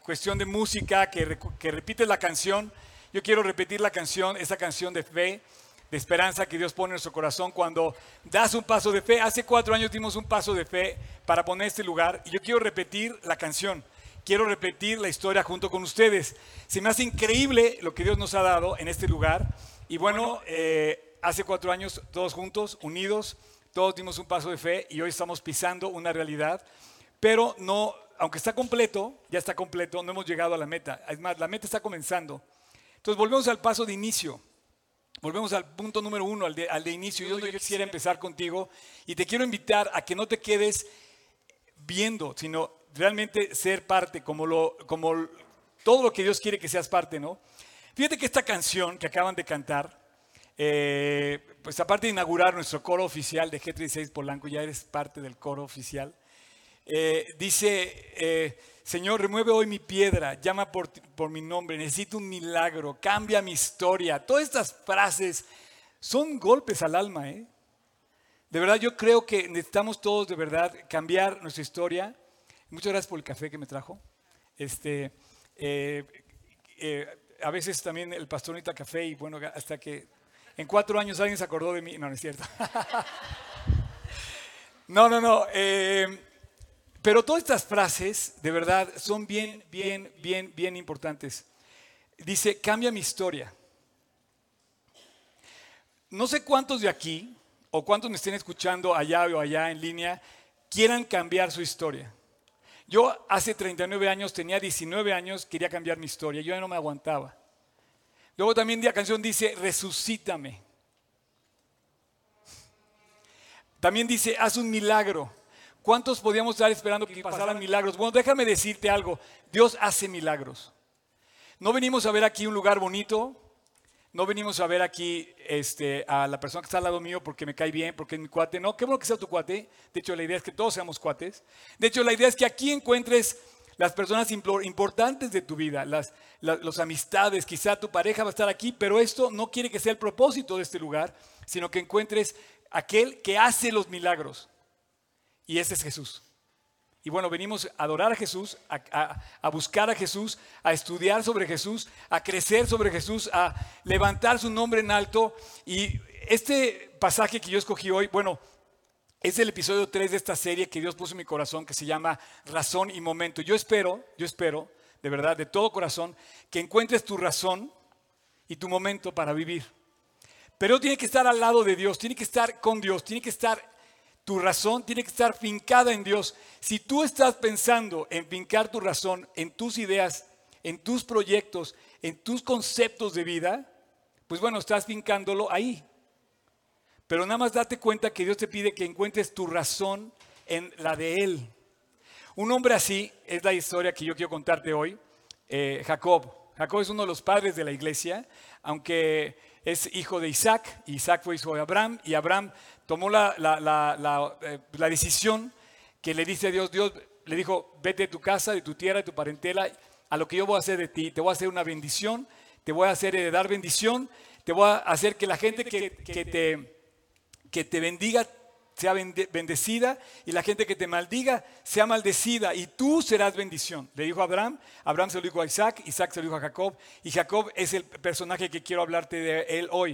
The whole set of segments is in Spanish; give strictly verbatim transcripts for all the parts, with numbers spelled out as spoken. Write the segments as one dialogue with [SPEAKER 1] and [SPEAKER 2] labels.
[SPEAKER 1] cuestión de música, que, que repites la canción. Yo quiero repetir la canción, esa canción de fe, de esperanza que Dios pone en nuestro corazón cuando das un paso de fe. Hace cuatro años dimos un paso de fe para poner este lugar y yo quiero repetir la canción. Quiero repetir la historia junto con ustedes. Se me hace increíble lo que Dios nos ha dado en este lugar. Y bueno, eh, hace cuatro años todos juntos, unidos, todos dimos un paso de fe y hoy estamos pisando una realidad. Pero no, aunque está completo, ya está completo, no hemos llegado a la meta. Es más, la meta está comenzando. Entonces volvemos al paso de inicio. Volvemos al punto número uno, al de, al de inicio. Yo, yo quisiera empezar contigo y te quiero invitar a que no te quedes viendo, sino realmente ser parte, como, lo, como todo lo que Dios quiere que seas parte, ¿no? Fíjate que esta canción que acaban de cantar, eh, pues aparte de inaugurar nuestro coro oficial de G treinta y seis Polanco, ya eres parte del coro oficial, eh, dice, eh, Señor, remueve hoy mi piedra, llama por, por mi nombre, necesito un milagro, cambia mi historia. Todas estas frases son golpes al alma, ¿eh? De verdad, yo creo que necesitamos todos de verdad cambiar nuestra historia. Muchas gracias por el café que me trajo. Este, eh, eh, a veces también el pastor necesita café y bueno, hasta que en cuatro años alguien se acordó de mí. No, no es cierto. No, no, no. Eh, pero todas estas frases, de verdad, son bien, bien, bien, bien importantes. Dice, cambia mi historia. No sé cuántos de aquí, o cuántos me estén escuchando allá o allá en línea, quieran cambiar su historia. Yo hace treinta y nueve años, tenía diecinueve años, quería cambiar mi historia. Yo ya no me aguantaba. Luego también la canción dice, resucítame. También dice, haz un milagro. ¿Cuántos podíamos estar esperando que pasaran milagros? Bueno, déjame decirte algo. Dios hace milagros. No venimos a ver aquí un lugar bonito. No venimos a ver aquí este, a la persona que está al lado mío porque me cae bien, porque es mi cuate. No, qué bueno que sea tu cuate. De hecho, la idea es que todos seamos cuates. De hecho, la idea es que aquí encuentres las personas importantes de tu vida, las, las, las amistades. Quizá tu pareja va a estar aquí, pero esto no quiere que sea el propósito de este lugar, sino que encuentres aquel que hace los milagros. Y ese es Jesús. Y bueno, venimos a adorar a Jesús, a, a, a buscar a Jesús, a estudiar sobre Jesús, a crecer sobre Jesús, a levantar su nombre en alto. Y este pasaje que yo escogí hoy, bueno, es el episodio tres de esta serie que Dios puso en mi corazón, que se llama Razón y Momento. Yo espero, yo espero, de verdad, de todo corazón, que encuentres tu razón y tu momento para vivir. Pero tiene que estar al lado de Dios, tiene que estar con Dios, tiene que estar... Tu razón tiene que estar fincada en Dios. Si tú estás pensando en fincar tu razón en tus ideas, en tus proyectos, en tus conceptos de vida, pues bueno, estás fincándolo ahí. Pero nada más date cuenta que Dios te pide que encuentres tu razón en la de Él. Un hombre así es la historia que yo quiero contarte hoy, eh, Jacob. Jacob es uno de los padres de la iglesia, aunque es hijo de Isaac, Isaac fue hijo de Abraham, y Abraham tomó la, la, la, la, eh, la decisión que le dice a Dios, Dios le dijo, vete de tu casa, de tu tierra, de tu parentela, a lo que yo voy a hacer de ti, te voy a hacer una bendición, te voy a hacer heredar bendición, te voy a hacer que la gente que, que, te, que te bendiga sea bendecida y la gente que te maldiga sea maldecida y tú serás bendición. Le dijo a Abraham, Abraham se lo dijo a Isaac, Isaac se lo dijo a Jacob y Jacob es el personaje que quiero hablarte de él hoy.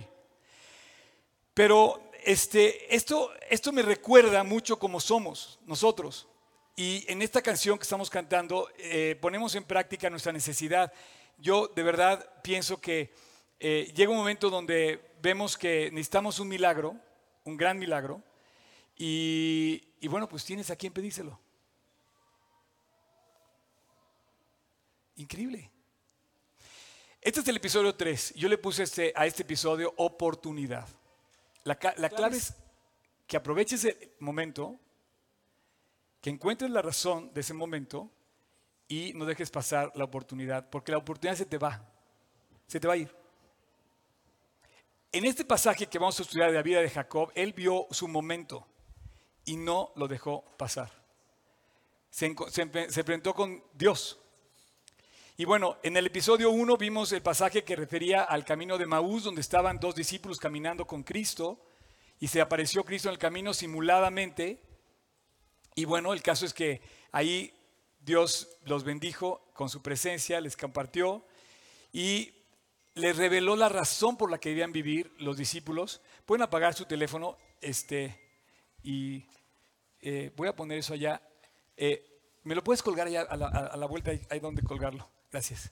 [SPEAKER 1] Pero este, esto, esto me recuerda mucho cómo somos nosotros y en esta canción que estamos cantando eh, ponemos en práctica nuestra necesidad. Yo de verdad pienso que eh, llega un momento donde vemos que necesitamos un milagro, un gran milagro. Y, y bueno, pues tienes a quien pedírselo. Increíble. Este es el episodio tres. Yo le puse este, a este episodio oportunidad. La, la clave es que aproveches el momento, que encuentres la razón de ese momento y no dejes pasar la oportunidad, porque la oportunidad se te va, se te va a ir. En este pasaje que vamos a estudiar de la vida de Jacob, él vio su momento. Y no lo dejó pasar. Se, se, se enfrentó con Dios. Y bueno, en el episodio uno vimos el pasaje que refería al camino de Maús, donde estaban dos discípulos caminando con Cristo. Y se apareció Cristo en el camino simuladamente. Y bueno, el caso es que ahí Dios los bendijo con su presencia, les compartió y les reveló la razón por la que debían vivir los discípulos. Pueden apagar su teléfono este, y eh, voy a poner eso allá. Eh, ¿Me lo puedes colgar allá a la, a la vuelta? Hay, hay donde colgarlo. Gracias.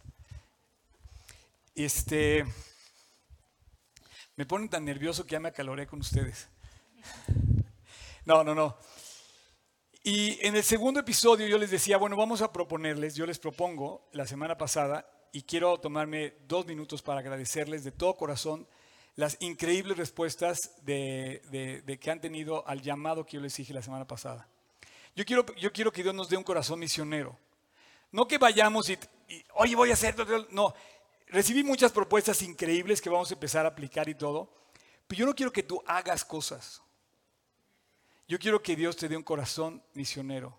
[SPEAKER 1] Este, me ponen tan nervioso que ya me acaloré con ustedes. No, no, no. Y en el segundo episodio yo les decía, bueno, vamos a proponerles, yo les propongo la semana pasada, y quiero tomarme dos minutos para agradecerles de todo corazón las increíbles respuestas de, de, de que han tenido al llamado que yo les dije la semana pasada. Yo quiero, yo quiero que Dios nos dé un corazón misionero. No que vayamos y, y oye, voy a hacer... No, recibí muchas propuestas increíbles que vamos a empezar a aplicar y todo, pero yo no quiero que tú hagas cosas. Yo quiero que Dios te dé un corazón misionero.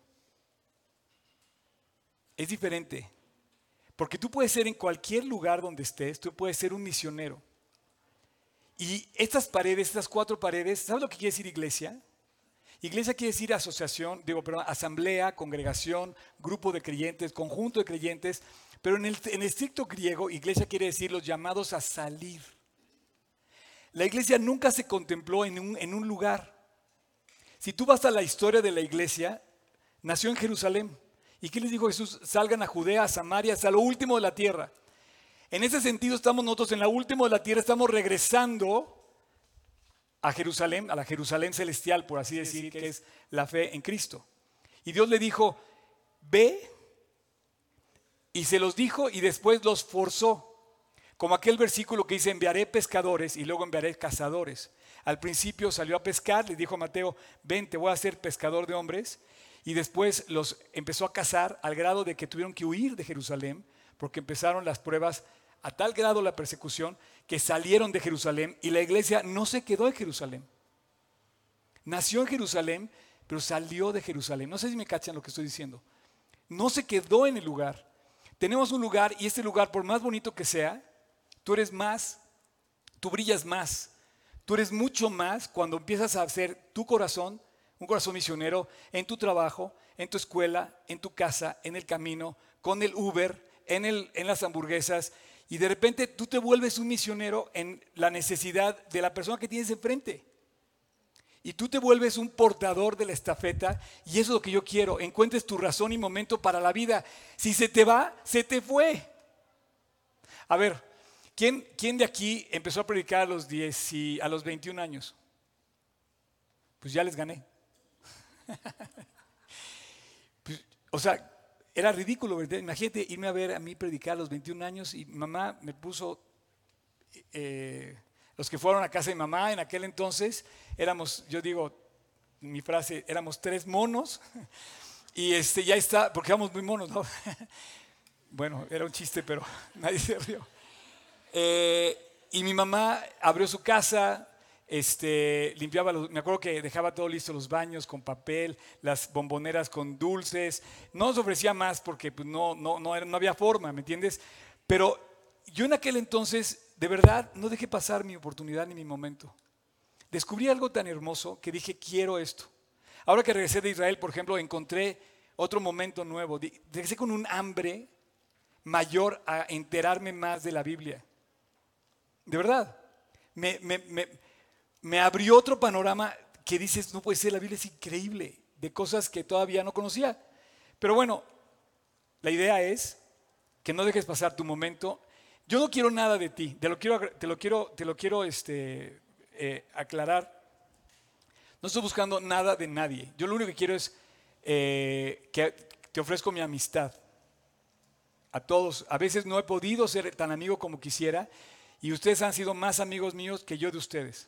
[SPEAKER 1] Es diferente. Porque tú puedes ser en cualquier lugar donde estés, tú puedes ser un misionero. Y estas paredes, estas cuatro paredes, ¿sabes lo que quiere decir iglesia? Iglesia quiere decir asociación, digo, perdón, asamblea, congregación, grupo de creyentes, conjunto de creyentes. Pero en el, en el estricto griego, iglesia quiere decir los llamados a salir. La iglesia nunca se contempló en un, en un lugar. Si tú vas a la historia de la iglesia, nació en Jerusalén. ¿Y qué les dijo Jesús? Salgan a Judea, a Samaria, hasta lo último de la tierra. En ese sentido estamos nosotros en lo último de la tierra, estamos regresando a Jerusalén, a la Jerusalén celestial, por así decir, que es la fe en Cristo. Y Dios le dijo, ve, y se los dijo y después los forzó. Como aquel versículo que dice, enviaré pescadores y luego enviaré cazadores. Al principio salió a pescar, le dijo a Mateo, ven, te voy a hacer pescador de hombres. Y después los empezó a cazar al grado de que tuvieron que huir de Jerusalén, porque empezaron las pruebas, a tal grado la persecución, que salieron de Jerusalén y la iglesia no se quedó en Jerusalén. Nació en Jerusalén, pero salió de Jerusalén. No sé si me cachan lo que estoy diciendo. No se quedó en el lugar. Tenemos un lugar y este lugar, por más bonito que sea, tú eres más, tú brillas más. Tú eres mucho más cuando empiezas a hacer tu corazón, un corazón misionero, en tu trabajo, en tu escuela, en tu casa, en el camino, con el Uber, en, el, en las hamburguesas. Y de repente tú te vuelves un misionero en la necesidad de la persona que tienes enfrente. Y tú te vuelves un portador de la estafeta y eso es lo que yo quiero. Encuentres tu razón y momento para la vida. Si se te va, se te fue. A ver. ¿Quién, ¿Quién de aquí empezó a predicar a los, diez y a los veintiún años? Pues ya les gané. Pues, o sea, era ridículo, ¿verdad? Imagínate irme a ver a mí predicar a los veintiún años y mamá me puso, eh, los que fueron a casa de mamá en aquel entonces, éramos, yo digo, mi frase, éramos tres monos y este, ya está, porque éramos muy monos, ¿no? Bueno, era un chiste, pero nadie se rió. Eh, y mi mamá abrió su casa, este, limpiaba, los, me acuerdo que dejaba todo listo, los baños con papel, las bomboneras con dulces, no nos ofrecía más porque pues, no, no, no, no había forma, ¿me entiendes? Pero yo en aquel entonces, de verdad, no dejé pasar mi oportunidad ni mi momento. Descubrí algo tan hermoso que dije, quiero esto. Ahora que regresé de Israel, por ejemplo, encontré otro momento nuevo, regresé con un hambre mayor a enterarme más de la Biblia. De verdad, me, me, me, me abrió otro panorama que dices, no puede ser, la Biblia es increíble, de cosas que todavía no conocía. Pero bueno, la idea es que no dejes pasar tu momento. Yo no quiero nada de ti, te lo quiero, te lo quiero, te lo quiero este, eh, aclarar. No estoy buscando nada de nadie. Yo lo único que quiero es eh, que te ofrezco mi amistad. A todos, a veces no he podido ser tan amigo como quisiera. Y ustedes han sido más amigos míos que yo de ustedes.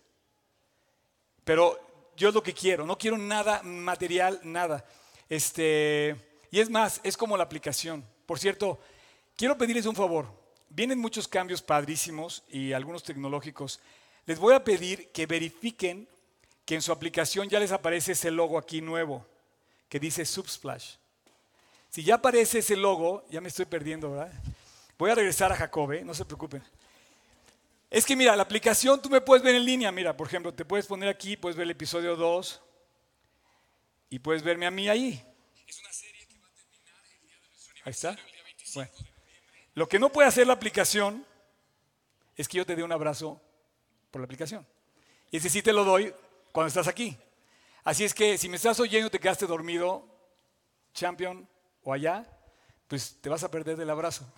[SPEAKER 1] Pero yo es lo que quiero, no quiero nada material, nada. Este, y es más, es como la aplicación. Por cierto, quiero pedirles un favor. Vienen muchos cambios padrísimos y algunos tecnológicos. Les voy a pedir que verifiquen que en su aplicación ya les aparece ese logo aquí nuevo, que dice Subsplash. Si ya aparece ese logo, ya me estoy perdiendo, ¿verdad? Voy a regresar a Jacob, ¿eh? No se preocupen. Es que mira, la aplicación tú me puedes ver en línea, mira, por ejemplo, te puedes poner aquí, puedes ver el episodio dos y puedes verme a mí ahí. Es una serie que va a terminar el día Ahí está. Bueno, lo que no puede hacer la aplicación es que yo te dé un abrazo por la aplicación. Y ese sí te lo doy cuando estás aquí. Así es que si me estás oyendo y te quedaste dormido, champion o allá, pues te vas a perder del abrazo.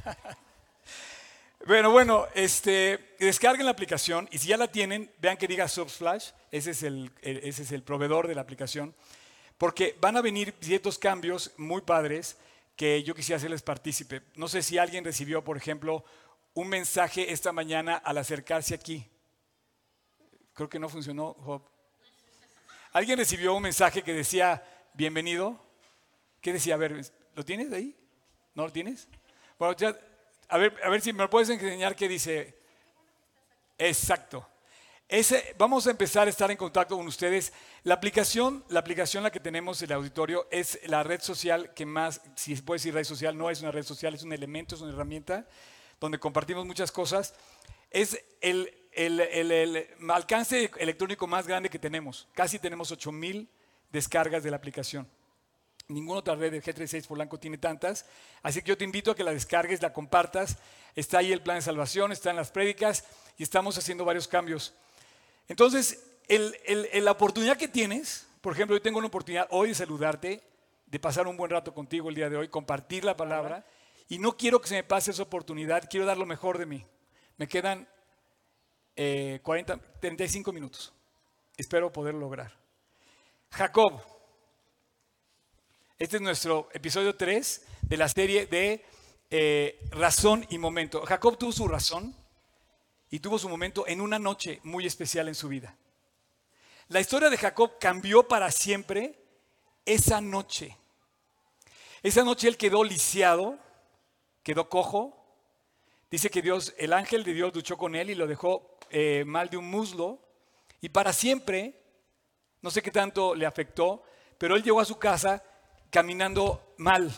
[SPEAKER 1] Bueno, bueno, este, descarguen la aplicación y si ya la tienen, vean que diga Subsplash, ese es el, ese es el proveedor de la aplicación, porque van a venir ciertos cambios muy padres que yo quisiera hacerles partícipe. No sé si alguien recibió, por ejemplo, un mensaje esta mañana al acercarse aquí. Creo que no funcionó, Job. ¿Alguien recibió un mensaje que decía, bienvenido? ¿Qué decía? A ver, ¿lo tienes ahí? ¿No lo tienes? Bueno, ya, a ver, a ver si me lo puedes enseñar qué dice. Exacto. Ese, vamos a empezar a estar en contacto con ustedes. La aplicación, la aplicación la que tenemos en el auditorio es la red social que más, si se puede decir red social, no es una red social, es un elemento, es una herramienta donde compartimos muchas cosas. Es el, el, el, el alcance electrónico más grande que tenemos. Casi tenemos ocho mil descargas de la aplicación. Ninguna otra red de G treinta y seis Polanco tiene tantas. Así que yo te invito a que la descargues, la compartas. Está ahí el plan de salvación, están las prédicas y estamos haciendo varios cambios. Entonces, el, el, el, la oportunidad que tienes, por ejemplo, yo tengo una oportunidad hoy de saludarte, de pasar un buen rato contigo el día de hoy, compartir la palabra. Y no quiero que se me pase esa oportunidad, quiero dar lo mejor de mí. Me quedan eh, cuarenta, treinta y cinco minutos. Espero poder lograr. Jacob. Este es nuestro episodio tres de la serie de eh, razón y momento. Jacob tuvo su razón y tuvo su momento en una noche muy especial en su vida. La historia de Jacob cambió para siempre esa noche. Esa noche él quedó lisiado, quedó cojo. Dice que Dios, el ángel de Dios luchó con él y lo dejó eh, mal de un muslo. Y para siempre, no sé qué tanto le afectó, pero él llegó a su casa caminando mal.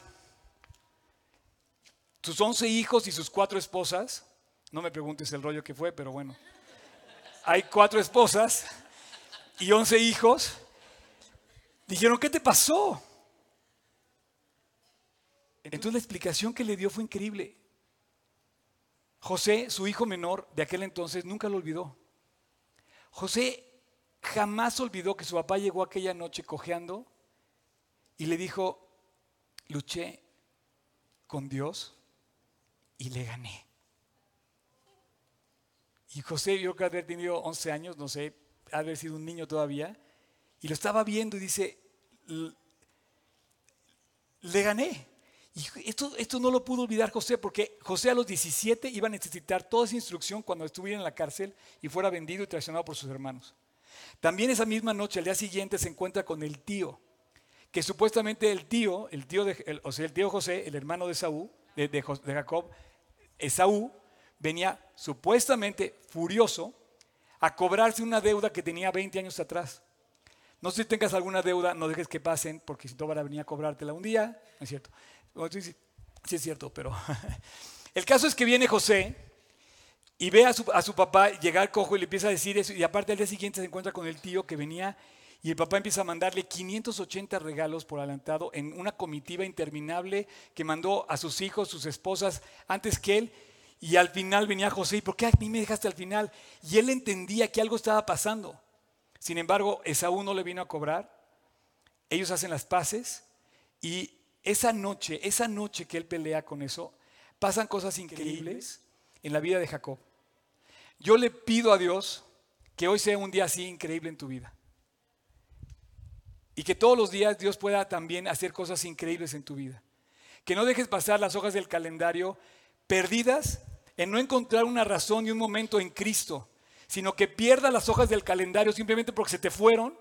[SPEAKER 1] Sus once hijos y sus cuatro esposas, no me preguntes el rollo que fue, pero bueno. Hay cuatro esposas y once hijos. Dijeron, ¿qué te pasó? Entonces la explicación que le dio fue increíble. José, su hijo menor de aquel entonces, nunca lo olvidó. José jamás olvidó que su papá llegó aquella noche cojeando y le dijo, luché con Dios y le gané. Y José, yo creo que haber tenido once años, no sé, haber sido un niño todavía, y lo estaba viendo y dice, le gané. Y esto, esto no lo pudo olvidar José, porque José a los diecisiete iba a necesitar toda esa instrucción cuando estuviera en la cárcel y fuera vendido y traicionado por sus hermanos. También esa misma noche, al día siguiente, se encuentra con el tío, que supuestamente el tío, el tío de, el, o sea, el tío José, el hermano de Esaú, de, de, de Jacob, Esaú, venía supuestamente furioso a cobrarse una deuda que tenía veinte años atrás. No sé si tengas alguna deuda, no dejes que pasen, porque si no van a venir a cobrártela un día, no es cierto. Sí, sí, sí es cierto, pero el caso es que viene José y ve a su, a su papá llegar cojo y le empieza a decir eso, y aparte al día siguiente se encuentra con el tío que venía y el papá empieza a mandarle quinientos ochenta regalos por adelantado en una comitiva interminable que mandó a sus hijos, sus esposas antes que él, y al final venía José, ¿y por qué a mí me dejaste al final? Y él entendía que algo estaba pasando. Sin embargo, Esaú no le vino a cobrar, ellos hacen las paces y esa noche, esa noche que él pelea con eso, pasan cosas increíbles en la vida de Jacob. Yo le pido a Dios que hoy sea un día así increíble en tu vida. Y que todos los días Dios pueda también hacer cosas increíbles en tu vida. Que no dejes pasar las hojas del calendario perdidas en no encontrar una razón y un momento en Cristo, sino que pierdas las hojas del calendario simplemente porque se te fueron,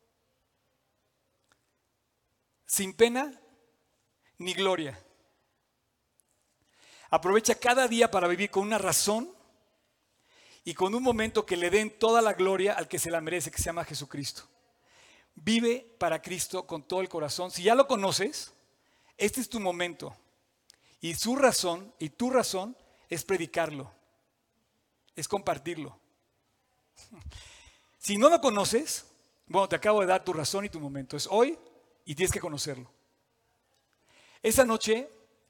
[SPEAKER 1] sin pena ni gloria. Aprovecha cada día para vivir con una razón y con un momento que le den toda la gloria al que se la merece, que se llama Jesucristo. Vive para Cristo con todo el corazón. Si ya lo conoces, este es tu momento. Y su razón, y tu razón, es predicarlo. Es compartirlo. Si no lo conoces, bueno, te acabo de dar tu razón y tu momento. Es hoy y tienes que conocerlo. Esa noche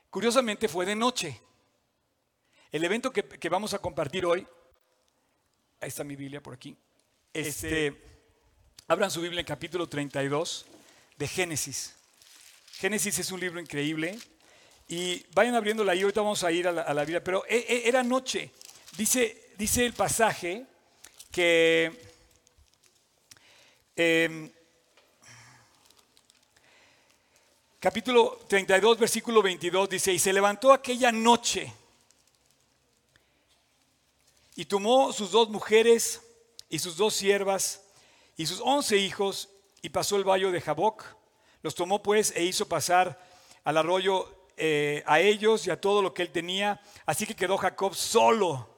[SPEAKER 1] Curiosamente fue de noche. El evento que, que vamos a compartir hoy, ahí está mi Biblia por aquí, este, abran su Biblia en capítulo treinta y dos de Génesis. Génesis es un libro increíble y vayan abriéndola ahí, ahorita vamos a ir a la, a la Biblia, pero era noche. Dice, dice el pasaje que eh, capítulo treinta y dos, versículo veintidós dice, y se levantó aquella noche y tomó sus dos mujeres y sus dos siervas y sus once hijos y pasó el valle de Jaboc. Los tomó pues e hizo pasar al arroyo eh, a ellos y a todo lo que él tenía. Así que quedó Jacob solo.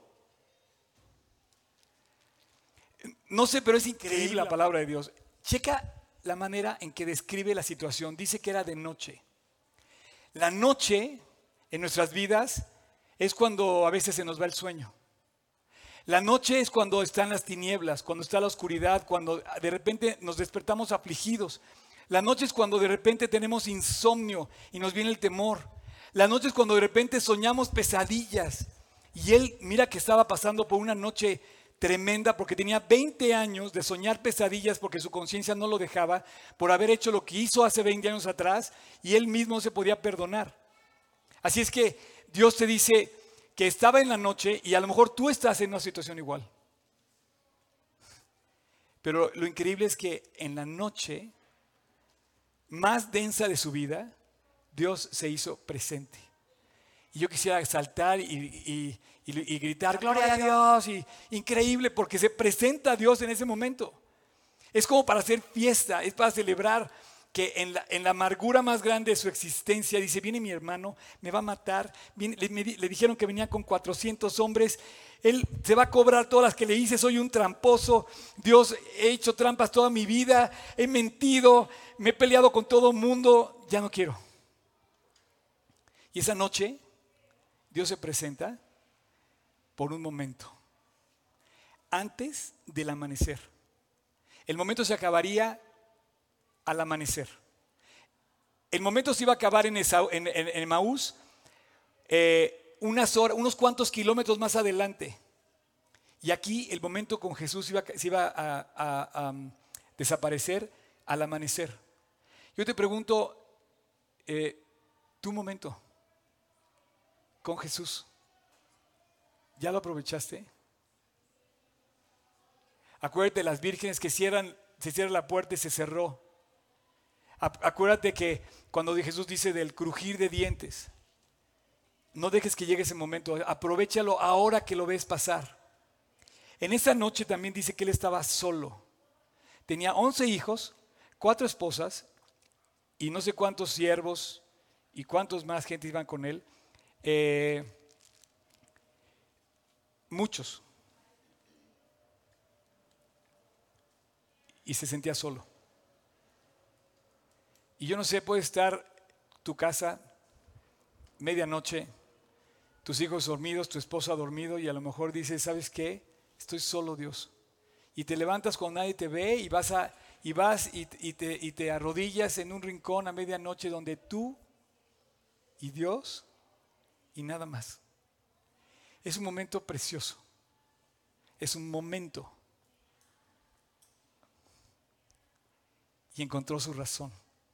[SPEAKER 1] No sé, pero es increíble la palabra de Dios. Checa la manera en que describe la situación. Dice que era de noche. La noche en nuestras vidas es cuando a veces se nos va el sueño. La noche es cuando están las tinieblas, cuando está la oscuridad, cuando de repente nos despertamos afligidos. La noche es cuando de repente tenemos insomnio y nos viene el temor. La noche es cuando de repente soñamos pesadillas. Y él, mira que estaba pasando por una noche tremenda porque tenía veinte años de soñar pesadillas porque su conciencia no lo dejaba por haber hecho lo que hizo hace veinte años atrás y él mismo se podía perdonar. Así es que Dios te dice que estaba en la noche y a lo mejor tú estás en una situación igual. Pero lo increíble es que en la noche más densa de su vida, Dios se hizo presente. Y yo quisiera saltar y, y, y, y gritar, gloria a Dios, y increíble, porque se presenta a Dios en ese momento. Es como para hacer fiesta, es para celebrar que en la, en la amargura más grande de su existencia, dice, viene mi hermano, me va a matar, viene, le, me, le dijeron que venía con cuatrocientos hombres, él se va a cobrar todas las que le hice, soy un tramposo, Dios, he hecho trampas toda mi vida, he mentido, me he peleado con todo el mundo, ya no quiero. Y esa noche, Dios se presenta por un momento, antes del amanecer. El momento se acabaría al amanecer. El momento se iba a acabar en, esa, en, en, en Emaús, eh, unas horas, unos cuantos kilómetros más adelante. Y aquí el momento con Jesús iba, se iba a, a, a um, desaparecer al amanecer. Yo te pregunto, eh, tu momento con Jesús, ¿ya lo aprovechaste? Acuérdate de las vírgenes que cierran, se cierra la puerta y se cerró. Acuérdate que cuando Jesús dice del crujir de dientes, no dejes que llegue ese momento, aprovéchalo ahora que lo ves pasar. En esa noche también dice que él estaba solo. Tenía once hijos, cuatro esposas y no sé cuántos siervos y cuántos más gente iban con él. Eh, muchos. Y se sentía solo. Y yo no sé, puede estar tu casa medianoche, tus hijos dormidos, tu esposa dormido y a lo mejor dices, ¿sabes qué? Estoy solo, Dios. Y te levantas cuando nadie te ve y vas, a, y, vas y, y, te, y te arrodillas en un rincón a medianoche donde tú y Dios y nada más. Es un momento precioso. Es un momento. Y encontró su razón.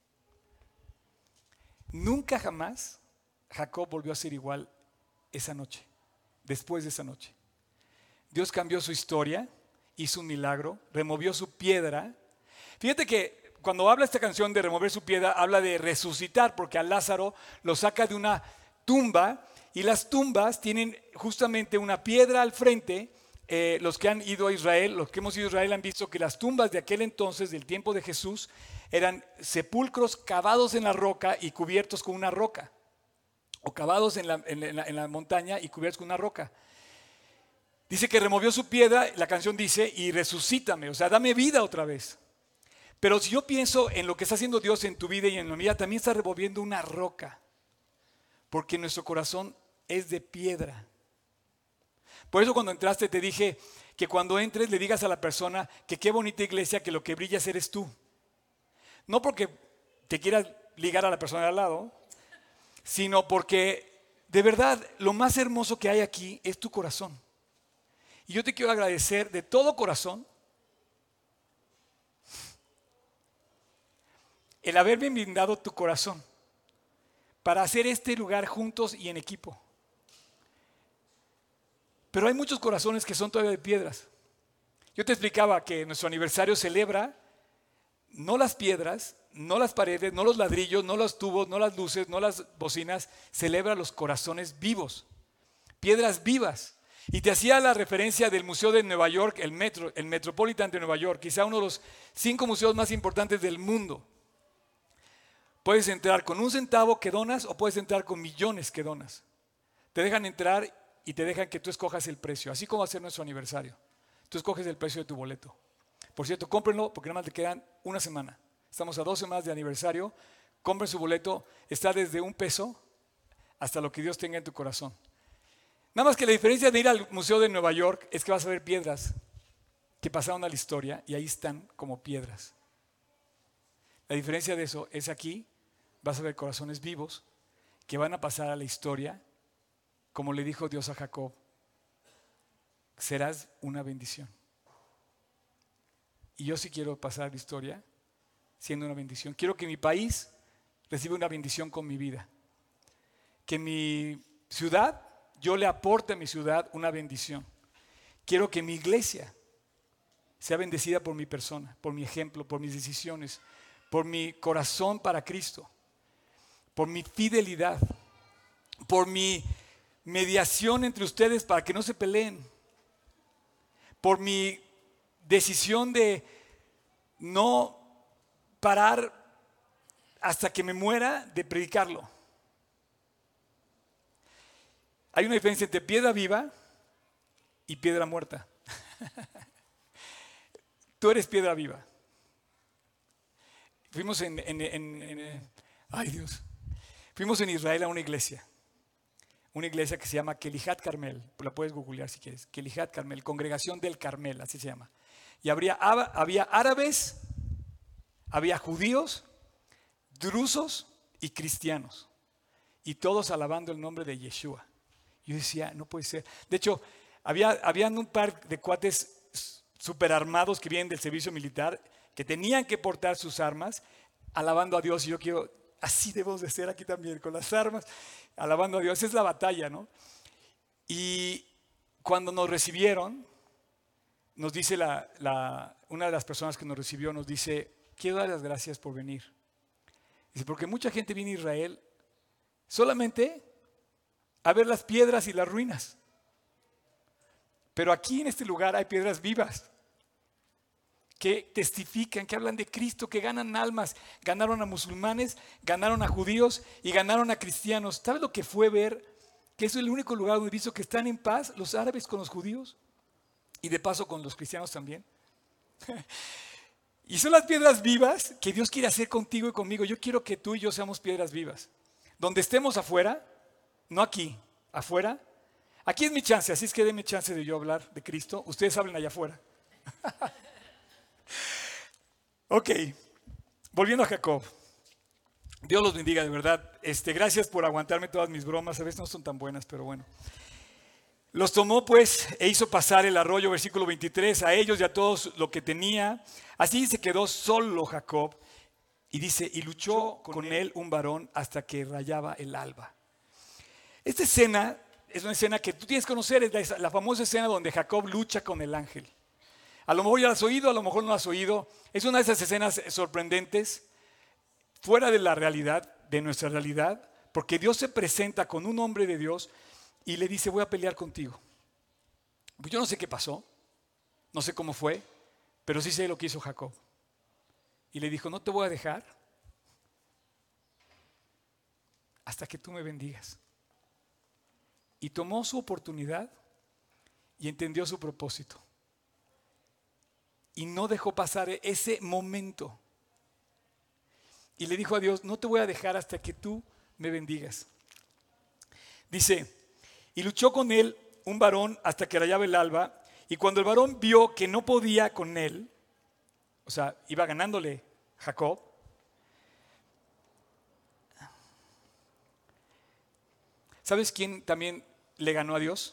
[SPEAKER 1] Nunca jamás Jacob volvió a ser igual esa noche, después de esa noche. Dios cambió su historia, hizo un milagro, removió su piedra. Fíjate que cuando habla esta canción de remover su piedra, habla de resucitar, porque a Lázaro lo saca de una tumba y las tumbas tienen justamente una piedra al frente. Eh, los que han ido a Israel, los que hemos ido a Israel han visto que las tumbas de aquel entonces, del tiempo de Jesús, eran sepulcros cavados en la roca y cubiertos con una roca, o cavados en la, en la, en la montaña y cubiertos con una roca. Dice que removió su piedra, la canción dice, y resucítame, o sea, dame vida otra vez. Pero si yo pienso en lo que está haciendo Dios en tu vida y en la mía, también está removiendo una roca, porque nuestro corazón es de piedra. Por eso cuando entraste te dije que cuando entres le digas a la persona que qué bonita iglesia, que lo que brillas eres tú. No porque te quieras ligar a la persona de al lado, sino porque de verdad lo más hermoso que hay aquí es tu corazón. Y yo te quiero agradecer de todo corazón el haberme brindado tu corazón para hacer este lugar juntos y en equipo. Pero hay muchos corazones que son todavía de piedras. Yo te explicaba que nuestro aniversario celebra no las piedras, no las paredes, no los ladrillos, no los tubos, no las luces, no las bocinas, celebra los corazones vivos, piedras vivas. Y te hacía la referencia del Museo de Nueva York, el Metro, el Metropolitan de Nueva York, quizá uno de los cinco museos más importantes del mundo. Puedes entrar con un centavo que donas o puedes entrar con millones que donas. Te dejan entrar y te dejan que tú escojas el precio, así como va a ser nuestro aniversario. Tú escoges el precio de tu boleto. Por cierto, cómprenlo porque nada más te quedan una semana. Estamos a dos semanas de aniversario. Compren su boleto. Está desde un peso hasta lo que Dios tenga en tu corazón. Nada más que la diferencia de ir al Museo de Nueva York es que vas a ver piedras que pasaron a la historia y ahí están como piedras. La diferencia de eso es aquí vas a ver corazones vivos que van a pasar a la historia, como le dijo Dios a Jacob. Serás una bendición. Y yo sí quiero pasar la historia siendo una bendición. Quiero que mi país reciba una bendición con mi vida. Que mi ciudad, yo le aporte a mi ciudad una bendición. Quiero que mi iglesia sea bendecida por mi persona, por mi ejemplo, por mis decisiones, por mi corazón para Cristo, por mi fidelidad, por mi mediación entre ustedes para que no se peleen, por mi decisión de no parar hasta que me muera de predicarlo. Hay una diferencia entre piedra viva y piedra muerta. Tú eres piedra viva. Fuimos en, en, en, en ay Dios, fuimos en Israel a una iglesia. Una iglesia que se llama Kelihat Carmel, la puedes googlear si quieres, Kelihat Carmel, Congregación del Carmel, así se llama. Y habría, había árabes, había judíos, drusos y cristianos, y todos alabando el nombre de Yeshua. Yo decía, no puede ser. De hecho, había, habían un par de cuates super armados que vienen del servicio militar, que tenían que portar sus armas, alabando a Dios, y yo quiero... Así debemos de ser aquí también, con las armas, alabando a Dios. Esa es la batalla, ¿no? Y cuando nos recibieron, nos dice la, la, una de las personas que nos recibió, nos dice, quiero dar las gracias por venir. Dice, porque mucha gente viene a Israel solamente a ver las piedras y las ruinas. Pero aquí en este lugar hay piedras vivas que testifican, que hablan de Cristo, que ganan almas. Ganaron a musulmanes, ganaron a judíos y ganaron a cristianos. ¿Sabes lo que fue ver? Que es el único lugar donde he visto que están en paz los árabes con los judíos y de paso con los cristianos también. Y son las piedras vivas que Dios quiere hacer contigo y conmigo. Yo quiero que tú y yo seamos piedras vivas. Donde estemos afuera, no aquí, afuera. Aquí es mi chance, así es que denme chance de yo hablar de Cristo. Ustedes hablen allá afuera. Ok, volviendo a Jacob. Dios los bendiga de verdad. Este, gracias por aguantarme todas mis bromas. A veces no son tan buenas, pero bueno. Los tomó pues e hizo pasar el arroyo, versículo veintitrés, a ellos y a todos lo que tenía. Así se quedó solo Jacob. Y dice, y luchó con él un varón hasta que rayaba el alba. Esta escena es una escena que tú tienes que conocer. Es la, la famosa escena donde Jacob lucha con el ángel. A lo mejor ya la has oído, a lo mejor no la has oído. Es una de esas escenas sorprendentes, fuera de la realidad, de nuestra realidad, porque Dios se presenta con un hombre de Dios y le dice, voy a pelear contigo. Pues yo no sé qué pasó, no sé cómo fue, pero sí sé lo que hizo Jacob. Y le dijo, no te voy a dejar hasta que tú me bendigas. Y tomó su oportunidad y entendió su propósito. Y no dejó pasar ese momento. Y le dijo a Dios, no te voy a dejar hasta que tú me bendigas. Dice, y luchó con él un varón hasta que rayaba el alba. Y cuando el varón vio que no podía con él, o sea, iba ganándole Jacob, ¿Sabes quién también le ganó a Dios?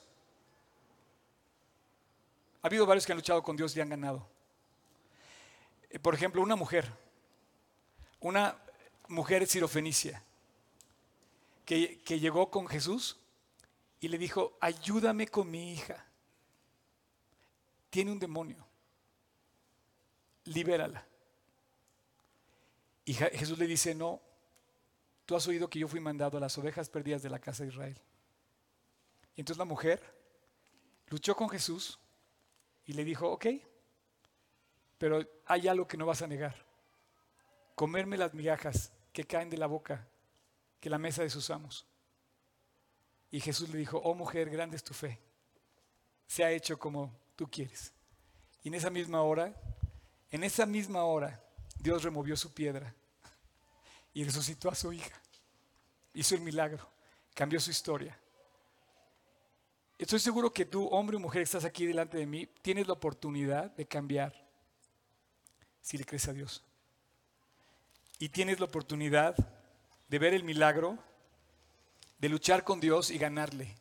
[SPEAKER 1] Ha habido varios que han luchado con Dios y han ganado. Por ejemplo, una mujer, una mujer sirofenicia, que, que llegó con Jesús y le dijo, ayúdame con mi hija. Tiene un demonio. Libérala. Y Jesús le dice, no, tú has oído que yo fui mandado a las ovejas perdidas de la casa de Israel. Y entonces la mujer luchó con Jesús y le dijo, ok, pero hay algo que no vas a negar. Comerme las migajas que caen de la boca, que la mesa de sus amos. Y Jesús le dijo, oh mujer, grande es tu fe. Se ha hecho como tú quieres. Y en esa misma hora, en esa misma hora, Dios removió su piedra y resucitó a su hija. Hizo el milagro, cambió su historia. Estoy seguro que tú, hombre o mujer, que estás aquí delante de mí, tienes la oportunidad de cambiar si le crees a Dios. Y tienes la oportunidad de ver el milagro, de luchar con Dios y ganarle.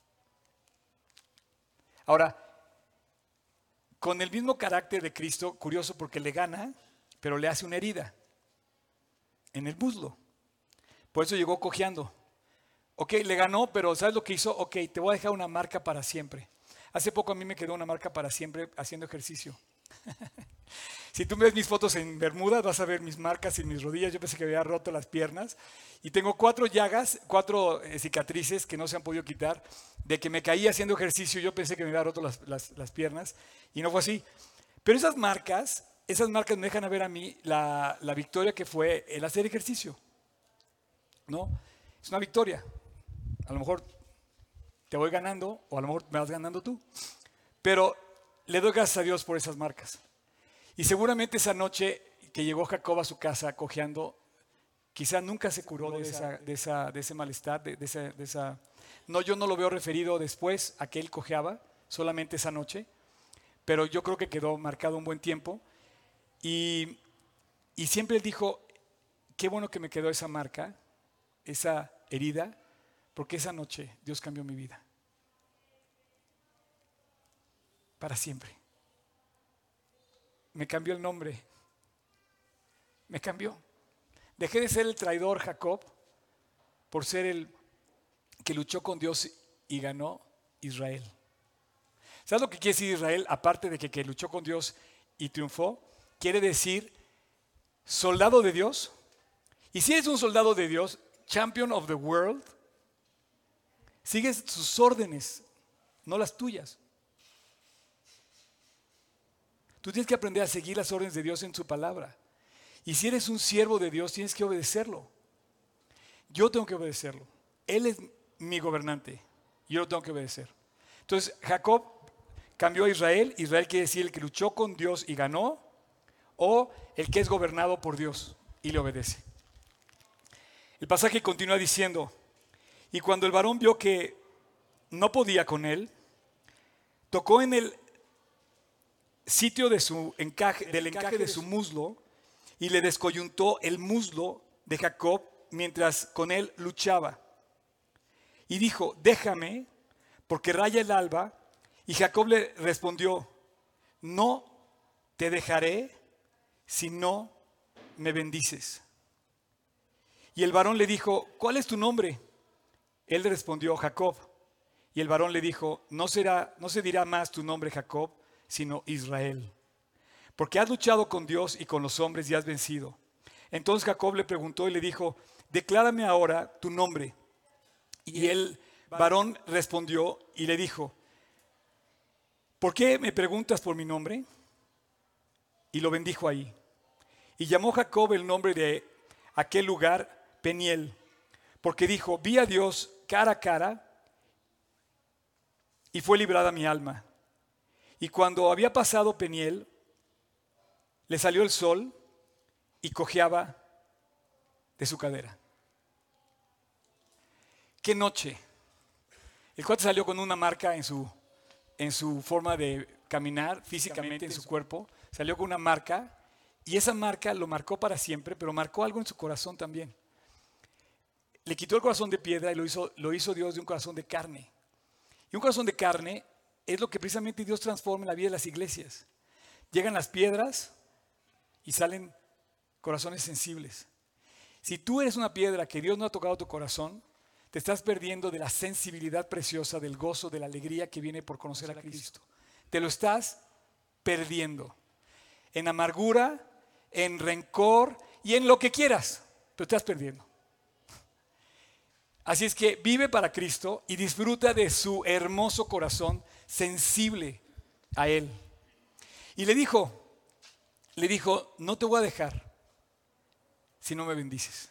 [SPEAKER 1] Ahora, con el mismo carácter de Cristo, curioso porque le gana, pero le hace una herida en el muslo. Por eso llegó cojeando. Ok, le ganó, pero ¿sabes lo que hizo? Ok, te voy a dejar una marca para siempre. Hace poco a mí me quedó una marca para siempre haciendo ejercicio. Si tú ves mis fotos en Bermudas, vas a ver mis marcas en mis rodillas. Yo pensé que había roto las piernas. Y tengo cuatro llagas, cuatro eh, cicatrices que no se han podido quitar. De que me caí haciendo ejercicio, yo pensé que me había roto las, las, las piernas. Y no fue así. Pero esas marcas, esas marcas me dejan ver a mí la, la victoria que fue el hacer ejercicio. ¿No? Es una victoria. A lo mejor te voy ganando o a lo mejor me vas ganando tú. Pero le doy gracias a Dios por esas marcas. Y seguramente esa noche que llegó Jacob a su casa cojeando, quizá nunca se curó de, esa, de, esa, de ese malestar, de, de, esa, de esa... No, yo no lo veo referido después a que él cojeaba, solamente esa noche. Pero yo creo que quedó marcado un buen tiempo. Y, y siempre él dijo, qué bueno que me quedó esa marca, esa herida, porque esa noche Dios cambió mi vida. Para siempre. Me cambió el nombre. Me cambió. Dejé de ser el traidor Jacob por ser el que luchó con Dios y ganó Israel. ¿Sabes lo que quiere decir Israel? Aparte de que, que luchó con Dios y triunfó, quiere decir soldado de Dios. Y si eres un soldado de Dios, champion of the world, sigues sus órdenes, no las tuyas. Tú tienes que aprender a seguir las órdenes de Dios en su palabra. Y si eres un siervo de Dios, tienes que obedecerlo. Yo tengo que obedecerlo. Él es mi gobernante. Yo lo tengo que obedecer. Entonces, Jacob cambió a Israel. Israel quiere decir el que luchó con Dios y ganó, o el que es gobernado por Dios y le obedece. El pasaje continúa diciendo, y cuando el varón vio que no podía con él, tocó en el sitio de su encaje, del encaje de su muslo y le descoyuntó el muslo de Jacob mientras con él luchaba. Y dijo, déjame, porque raya el alba. Y Jacob le respondió, no te dejaré si no me bendices. Y el varón le dijo, ¿cuál es tu nombre? Él le respondió, Jacob. Y el varón le dijo, no será, no se dirá más tu nombre Jacob, sino Israel, porque has luchado con Dios y con los hombres y has vencido. Entonces Jacob le preguntó y le dijo, declárame ahora tu nombre. Y el varón respondió y le dijo, ¿por qué me preguntas por mi nombre? Y lo bendijo ahí. Y llamó Jacob el nombre de aquel lugar Peniel, porque dijo, vi a Dios cara a cara y fue librada mi alma. Y cuando había pasado Peniel, le salió el sol y cojeaba de su cadera. ¡Qué noche! El cuate salió con una marca en su, en su forma de caminar físicamente, en su cuerpo. Salió con una marca y esa marca lo marcó para siempre, pero marcó algo en su corazón también. le quitó el corazón de piedra y lo hizo, lo hizo Dios de un corazón de carne. Y un corazón de carne es lo que precisamente Dios transforma en la vida de las iglesias. Llegan las piedras y salen corazones sensibles. Si tú eres una piedra que Dios no ha tocado tu corazón, te estás perdiendo de la sensibilidad preciosa, del gozo, de la alegría que viene por conocer a Cristo. Te lo estás perdiendo. En amargura, en rencor y en lo que quieras, pero te estás perdiendo. Así es que vive para Cristo y disfruta de su hermoso corazón sensible a Él. Y le dijo, le dijo, no te voy a dejar si no me bendices.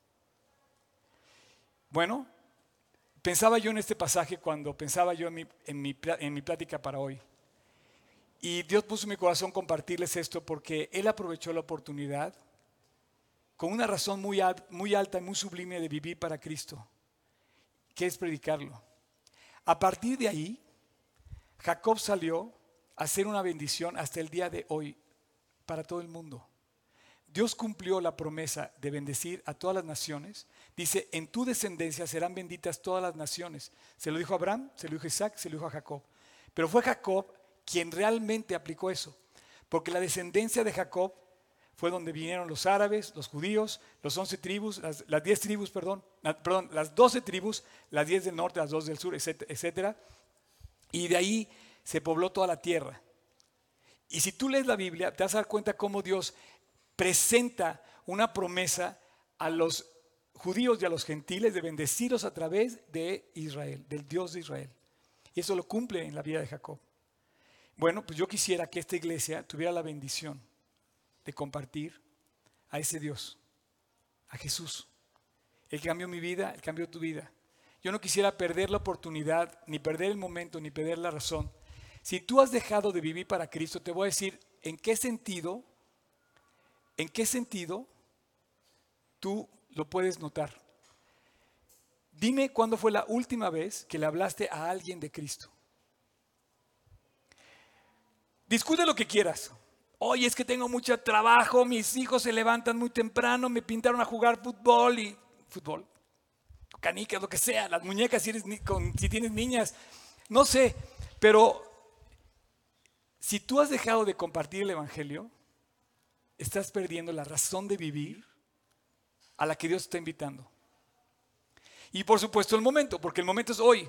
[SPEAKER 1] Bueno, pensaba yo en este pasaje cuando pensaba yo en mi, en mi, en mi plática para hoy. Y Dios puso en mi corazón compartirles esto porque Él aprovechó la oportunidad con una razón muy, muy alta y muy sublime de vivir para Cristo, que es predicarlo. A partir de ahí, Jacob salió a hacer una bendición hasta el día de hoy para todo el mundo. Dios cumplió la promesa de bendecir a todas las naciones. Dice, en tu descendencia serán benditas todas las naciones. Se lo dijo a Abraham, se lo dijo a Isaac, se lo dijo a Jacob. Pero fue Jacob quien realmente aplicó eso. Porque la descendencia de Jacob fue donde vinieron los árabes, los judíos, los once tribus, las, las diez tribus, perdón, la, perdón, las doce tribus, las diez del norte, las dos del sur, etcétera, etcétera. Y de ahí se pobló toda la tierra. Y si tú lees la Biblia, te vas a dar cuenta cómo Dios presenta una promesa a los judíos y a los gentiles de bendecirlos a través de Israel, del Dios de Israel. Y eso lo cumple en la vida de Jacob. Bueno, pues yo quisiera que esta iglesia tuviera la bendición de compartir a ese Dios, a Jesús. Él cambió mi vida, Él cambió tu vida. Yo no quisiera perder la oportunidad, ni perder el momento, ni perder la razón. Si tú has dejado de vivir para Cristo, te voy a decir en qué sentido, en qué sentido tú lo puedes notar. Dime cuándo fue la última vez que le hablaste a alguien de Cristo. Discute lo que quieras. Oye, es que tengo mucho trabajo, mis hijos se levantan muy temprano, me pintaron a jugar fútbol y fútbol, canicas, lo que sea, las muñecas si, eres, si tienes niñas, no sé, pero si tú has dejado de compartir el evangelio, estás perdiendo la razón de vivir a la que Dios está invitando. Y por supuesto el momento, porque el momento es hoy.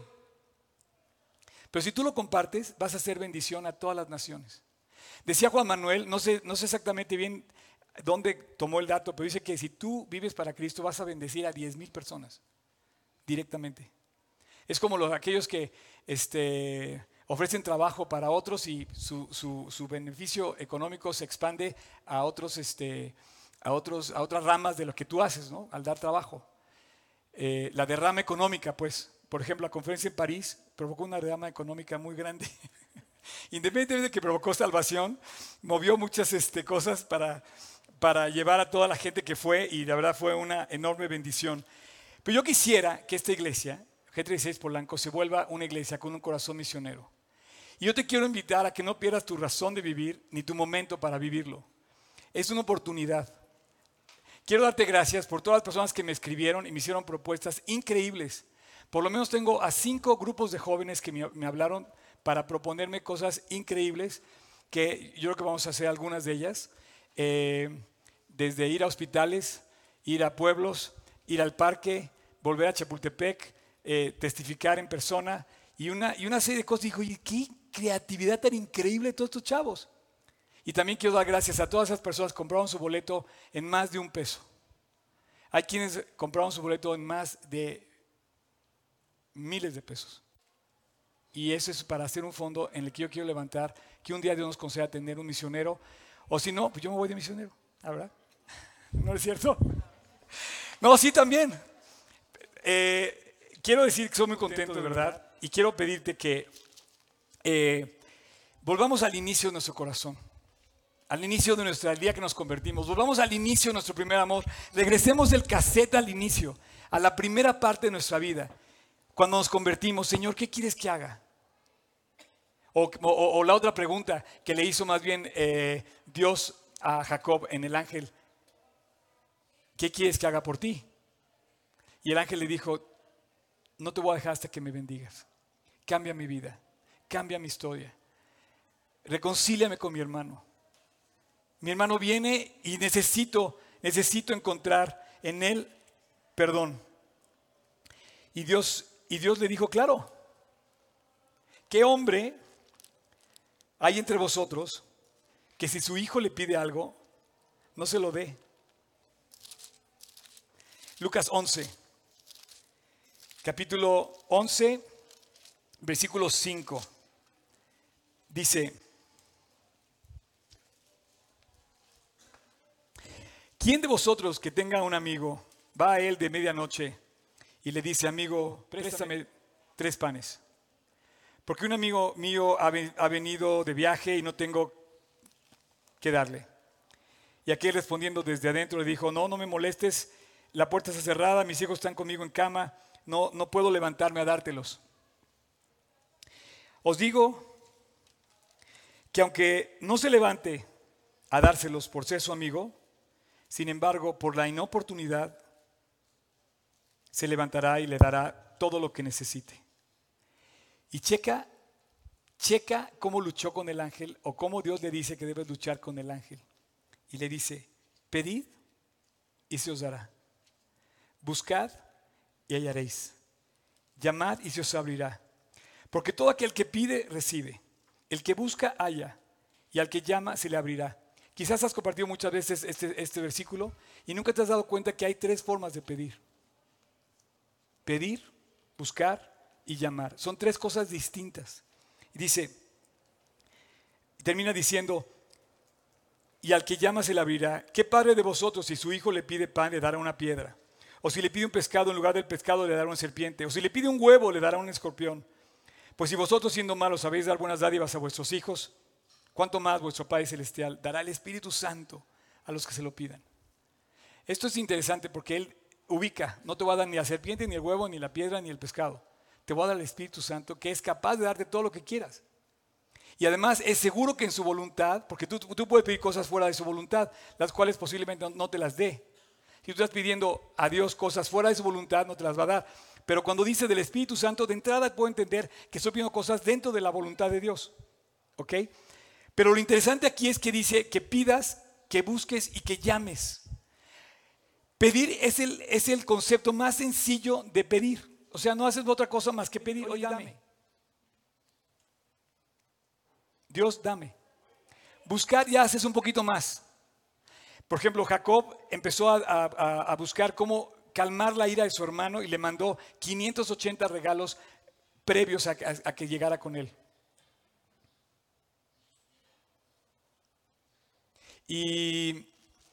[SPEAKER 1] Pero si tú lo compartes, vas a hacer bendición a todas las naciones. Decía Juan Manuel, no sé, no sé exactamente bien dónde tomó el dato, pero dice que si tú vives para Cristo vas a bendecir a diez mil personas directamente. Es como los, aquellos que este, ofrecen trabajo para otros y su, su, su beneficio económico se expande a, otros, este, a, otros, a otras ramas de lo que tú haces, ¿no? Al dar trabajo. Eh, la derrama económica, pues, por ejemplo, la conferencia en París provocó una derrama económica muy grande. Independientemente de que provocó salvación, movió muchas este, cosas para, para llevar a toda la gente que fue y la verdad fue una enorme bendición. Pero yo quisiera que esta iglesia, G treinta y seis Polanco, se vuelva una iglesia con un corazón misionero. Y yo te quiero invitar a que no pierdas tu razón de vivir ni tu momento para vivirlo. Es una oportunidad. Quiero darte gracias por todas las personas que me escribieron y me hicieron propuestas increíbles. Por lo menos tengo a cinco grupos de jóvenes que me, me hablaron para proponerme cosas increíbles, que yo creo que vamos a hacer algunas de ellas, eh, desde ir a hospitales, ir a pueblos, ir al parque, volver a Chapultepec, eh, testificar en persona y una, y una serie de cosas. Dijo, ¿y qué creatividad tan increíble de todos estos chavos? Y también quiero dar gracias a todas esas personas que compraron su boleto en más de un peso. Hay quienes compraron su boleto en más de miles de pesos. Y eso es para hacer un fondo en el que yo quiero levantar, que un día Dios nos conceda tener un misionero, o si no, pues yo me voy de misionero, ¿la verdad? ¿No es cierto? No, sí también. Eh, quiero decir que soy muy contento, de verdad, y quiero pedirte que eh, volvamos al inicio de nuestro corazón, al inicio de nuestra el día que nos convertimos, volvamos al inicio de nuestro primer amor, regresemos del cassette al inicio, a la primera parte de nuestra vida. Cuando nos convertimos, Señor, ¿qué quieres que haga? O, o, o la otra pregunta que le hizo más bien eh, Dios a Jacob en el ángel. ¿Qué quieres que haga por ti? Y el ángel le dijo, no te voy a dejar hasta que me bendigas. Cambia mi vida, cambia mi historia. Reconcíliame con mi hermano. Mi hermano viene y necesito, necesito encontrar en él perdón. Y Dios, y Dios le dijo, claro, ¿qué hombre hay entre vosotros que si su hijo le pide algo, no se lo dé? Lucas once, capítulo once, versículo cinco, dice, ¿quién de vosotros que tenga un amigo va a él de medianoche y le dice, amigo, préstame tres panes? Porque un amigo mío ha venido de viaje y no tengo que darle. Y aquel respondiendo desde adentro le dijo, no, no me molestes, la puerta está cerrada, mis hijos están conmigo en cama, no, no puedo levantarme a dártelos. Os digo que aunque no se levante a dárselos por ser su amigo, sin embargo, por la inoportunidad, se levantará y le dará todo lo que necesite. Y checa, checa cómo luchó con el ángel, o cómo Dios le dice que debes luchar con el ángel. Y le dice, pedid y se os dará. Buscad y hallaréis. Llamad y se os abrirá. Porque todo aquel que pide, recibe. El que busca, halla. Y al que llama, se le abrirá. Quizás has compartido muchas veces este, este versículo y nunca te has dado cuenta que hay tres formas de pedir. Pedir, buscar y llamar. Son tres cosas distintas. Y dice, termina diciendo, y al que llama se le abrirá. ¿Qué padre de vosotros, si su hijo le pide pan, le dará una piedra? O si le pide un pescado, en lugar del pescado le dará una serpiente. O si le pide un huevo, le dará un escorpión. Pues si vosotros, siendo malos, sabéis dar buenas dádivas a vuestros hijos, ¿cuánto más vuestro Padre Celestial dará el Espíritu Santo a los que se lo pidan? Esto es interesante porque Él ubica, no te va a dar ni la serpiente, ni el huevo, ni la piedra, ni el pescado. Te va a dar el Espíritu Santo, que es capaz de darte todo lo que quieras. Y además es seguro que en su voluntad, porque tú, tú puedes pedir cosas fuera de su voluntad, las cuales posiblemente no te las dé. Si tú estás pidiendo a Dios cosas fuera de su voluntad, no te las va a dar. Pero cuando dice del Espíritu Santo, de entrada puedo entender que estoy pidiendo cosas dentro de la voluntad de Dios. ¿Ok? Pero lo interesante aquí es que dice que pidas, que busques y que llames. Pedir es el, es el concepto más sencillo de pedir. O sea, no haces otra cosa más que pedir. Oye, dame. Dios, dame. Buscar ya haces un poquito más. Por ejemplo, Jacob empezó a, a, a buscar cómo calmar la ira de su hermano y le mandó quinientos ochenta regalos previos a, a, a que llegara con él. Y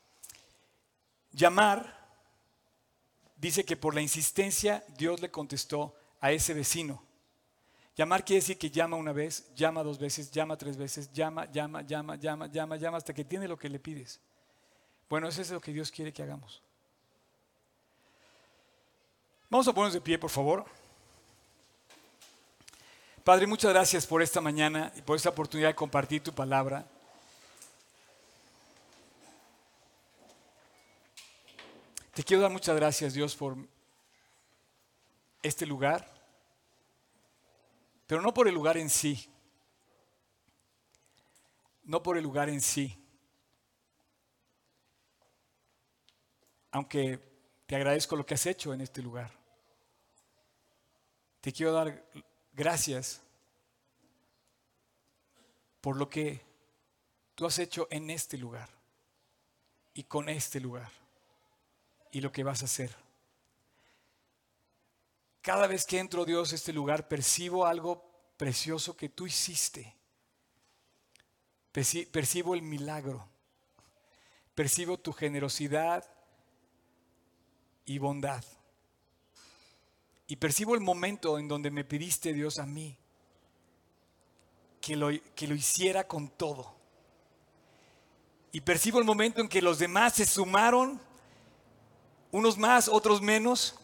[SPEAKER 1] llamar, dice que por la insistencia Dios le contestó a ese vecino. Llamar quiere decir que llama una vez, llama dos veces, llama tres veces, llama, llama, llama, llama, llama, llama hasta que tiene lo que le pides. Bueno, eso es lo que Dios quiere que hagamos. Vamos a ponernos de pie, por favor. Padre, muchas gracias por esta mañana y por esta oportunidad de compartir tu palabra. Te quiero dar muchas gracias, Dios, por este lugar, pero no por el lugar en sí, no por el lugar en sí, aunque te agradezco lo que has hecho en este lugar. Te quiero dar gracias por lo que tú has hecho en este lugar y con este lugar y lo que vas a hacer. Cada vez que entro, Dios, a este lugar, percibo algo precioso que tú hiciste. Percibo el milagro. Percibo tu generosidad y bondad. Y percibo el momento en donde me pediste, Dios, a mí que lo, que lo hiciera con todo. Y percibo el momento en que los demás se sumaron, unos más, otros menos,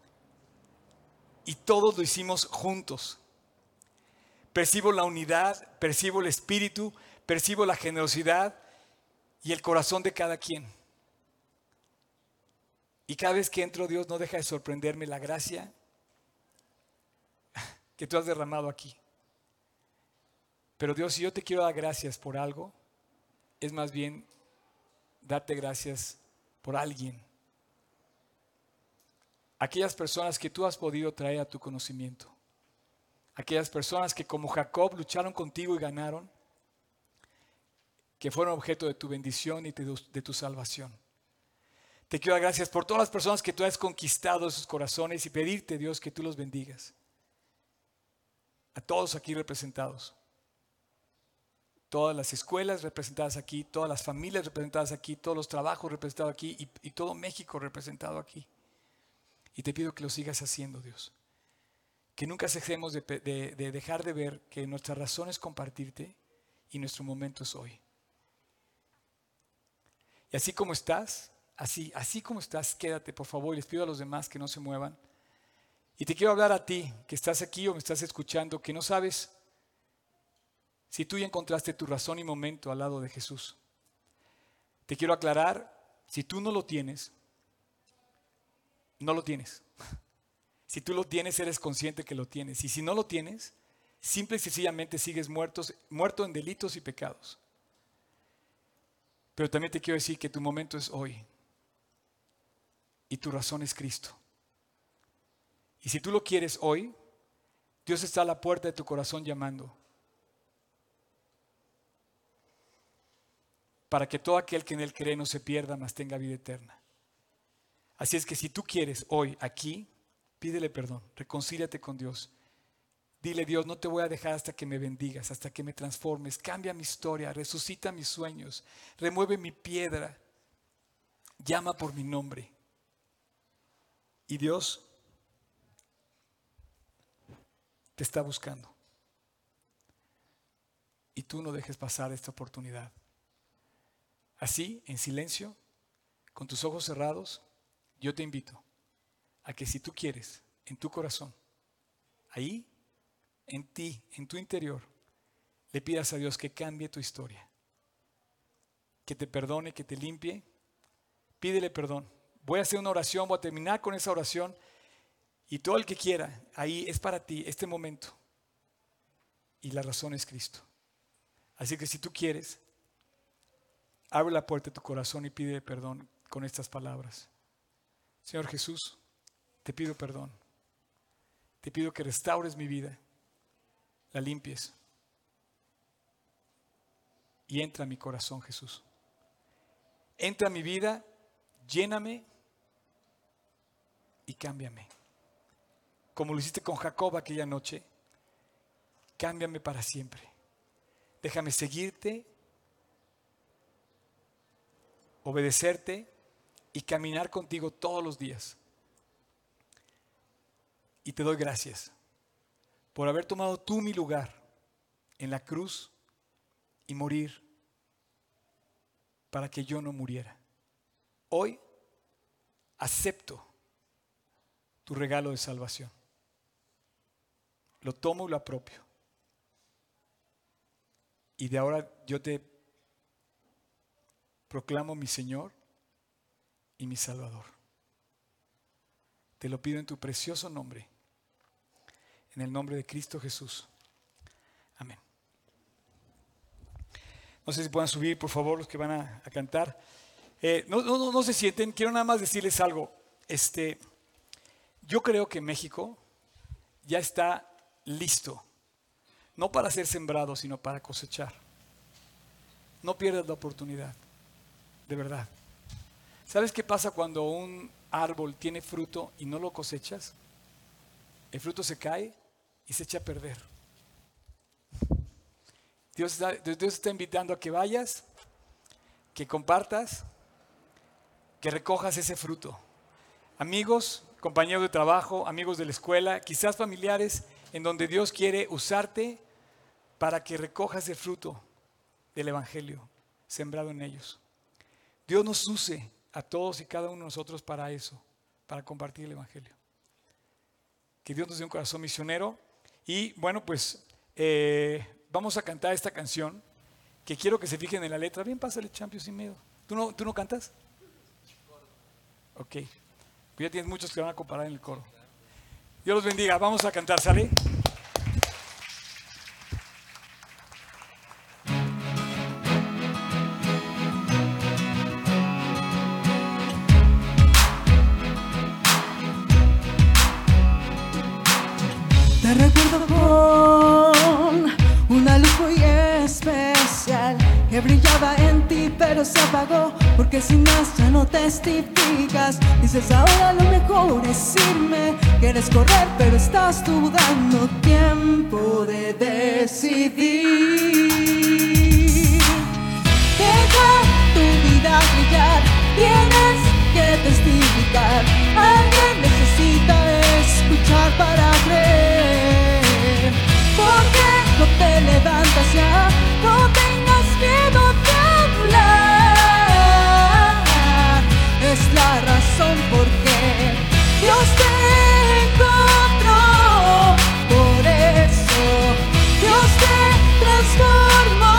[SPEAKER 1] y todos lo hicimos juntos. Percibo la unidad, percibo el espíritu, percibo la generosidad y el corazón de cada quien. Y cada vez que entro, Dios, no deja de sorprenderme la gracia que tú has derramado aquí. Pero Dios, si yo te quiero dar gracias por algo, es más bien darte gracias por alguien. Aquellas personas que tú has podido traer a tu conocimiento. Aquellas personas que como Jacob lucharon contigo y ganaron, que fueron objeto de tu bendición y de tu, de tu salvación. Te quiero dar gracias por todas las personas que tú has conquistado en sus corazones y pedirte, Dios, que tú los bendigas. A todos aquí representados. Todas las escuelas representadas aquí, todas las familias representadas aquí, todos los trabajos representados aquí y, y todo México representado aquí. Y te pido que lo sigas haciendo, Dios. Que nunca dejemos de, de, de dejar de ver que nuestra razón es compartirte y nuestro momento es hoy. Y así como estás, así, así como estás, quédate por favor y les pido a los demás que no se muevan. Y te quiero hablar a ti que estás aquí o me estás escuchando, que no sabes si tú ya encontraste tu razón y momento al lado de Jesús. Te quiero aclarar, si tú no lo tienes, no lo tienes. Si tú lo tienes, eres consciente que lo tienes. Y si no lo tienes, simple y sencillamente sigues muertos, muerto en delitos y pecados. Pero también te quiero decir que tu momento es hoy. Y tu razón es Cristo. Y si tú lo quieres hoy, Dios está a la puerta de tu corazón llamando. Para que todo aquel que en Él cree no se pierda, mas tenga vida eterna. Así es que si tú quieres hoy, aquí, pídele perdón, reconcíliate con Dios. Dile, Dios, no te voy a dejar hasta que me bendigas, hasta que me transformes. Cambia mi historia, resucita mis sueños, remueve mi piedra, llama por mi nombre. Y Dios te está buscando. Y tú no dejes pasar esta oportunidad. Así, en silencio, con tus ojos cerrados, yo te invito a que si tú quieres, en tu corazón, ahí, en ti, en tu interior, le pidas a Dios que cambie tu historia, que te perdone, que te limpie. Pídele perdón. Voy a hacer una oración, voy a terminar con esa oración y todo el que quiera, ahí es para ti este momento. Y la razón es Cristo. Así que si tú quieres, abre la puerta de tu corazón y pide perdón con estas palabras. Señor Jesús, te pido perdón. Te pido que restaures mi vida, la limpies y entra a mi corazón, Jesús. Entra a mi vida, lléname y cámbiame. Como lo hiciste con Jacob aquella noche, cámbiame para siempre. Déjame seguirte, obedecerte y caminar contigo todos los días. Y te doy gracias por haber tomado tú mi lugar en la cruz y morir para que yo no muriera. Hoy acepto tu regalo de salvación. Lo tomo y lo apropio. Y de ahora yo te proclamo mi Señor y mi Salvador. Te lo pido en tu precioso nombre, en el nombre de Cristo Jesús. Amén. No sé si puedan subir, por favor, los que van a, a cantar. Eh, no, no, no se sienten, quiero nada más decirles algo. Este, yo creo que México ya está listo, no para ser sembrado, sino para cosechar. No pierdas la oportunidad, de verdad. ¿Sabes qué pasa cuando un árbol tiene fruto y no lo cosechas? El fruto se cae y se echa a perder. Dios está, Dios está invitando a que vayas, que compartas, que recojas ese fruto. Amigos, compañeros de trabajo, amigos de la escuela, quizás familiares, en donde Dios quiere usarte para que recojas el fruto del Evangelio sembrado en ellos. Dios nos use a todos y cada uno de nosotros para eso, para compartir el Evangelio. Que Dios nos dé un corazón misionero. Y bueno, pues eh, vamos a cantar esta canción, que quiero que se fijen en la letra. Bien, pásale, Champions, sin miedo. ¿Tú no, ¿tú no cantas? Ok. Ya tienes muchos que van a comparar en el coro. Dios los bendiga. Vamos a cantar, ¿sale?
[SPEAKER 2] Te recuerdo con una luz muy especial que brillaba en ti pero se apagó porque sin más ya no testificas. Dices ahora lo mejor es irme, quieres correr pero estás dudando. Tiempo de decidir. Deja tu vida brillar, tienes que testificar. Alguien necesita escuchar para creer. ¿Por qué no te levantas ya? No tengas miedo de hablar. Es la razón por qué Dios te encontró. Por eso Dios te transformó.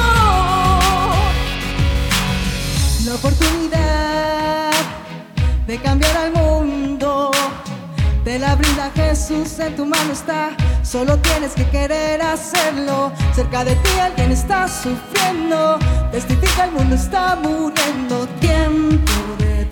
[SPEAKER 2] La oportunidad de cambiar al mundo te la brinda Jesús, en tu mano está. Solo tienes que querer hacerlo. Cerca de ti alguien está sufriendo. Testifica, el mundo está muriendo. Tiempo de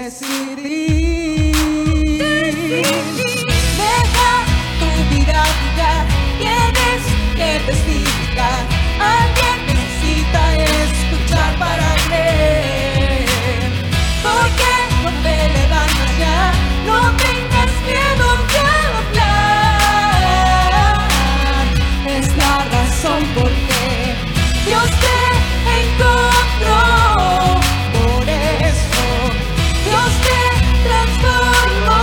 [SPEAKER 2] decidir. Deja tu vida brillar, tienes que testificar. Alguien necesita escuchar para creer. ¿Por qué no te levantas ya? No tengas miedo de hablar. Es la razón por qué Dios te encontró. Por eso Dios te transformó.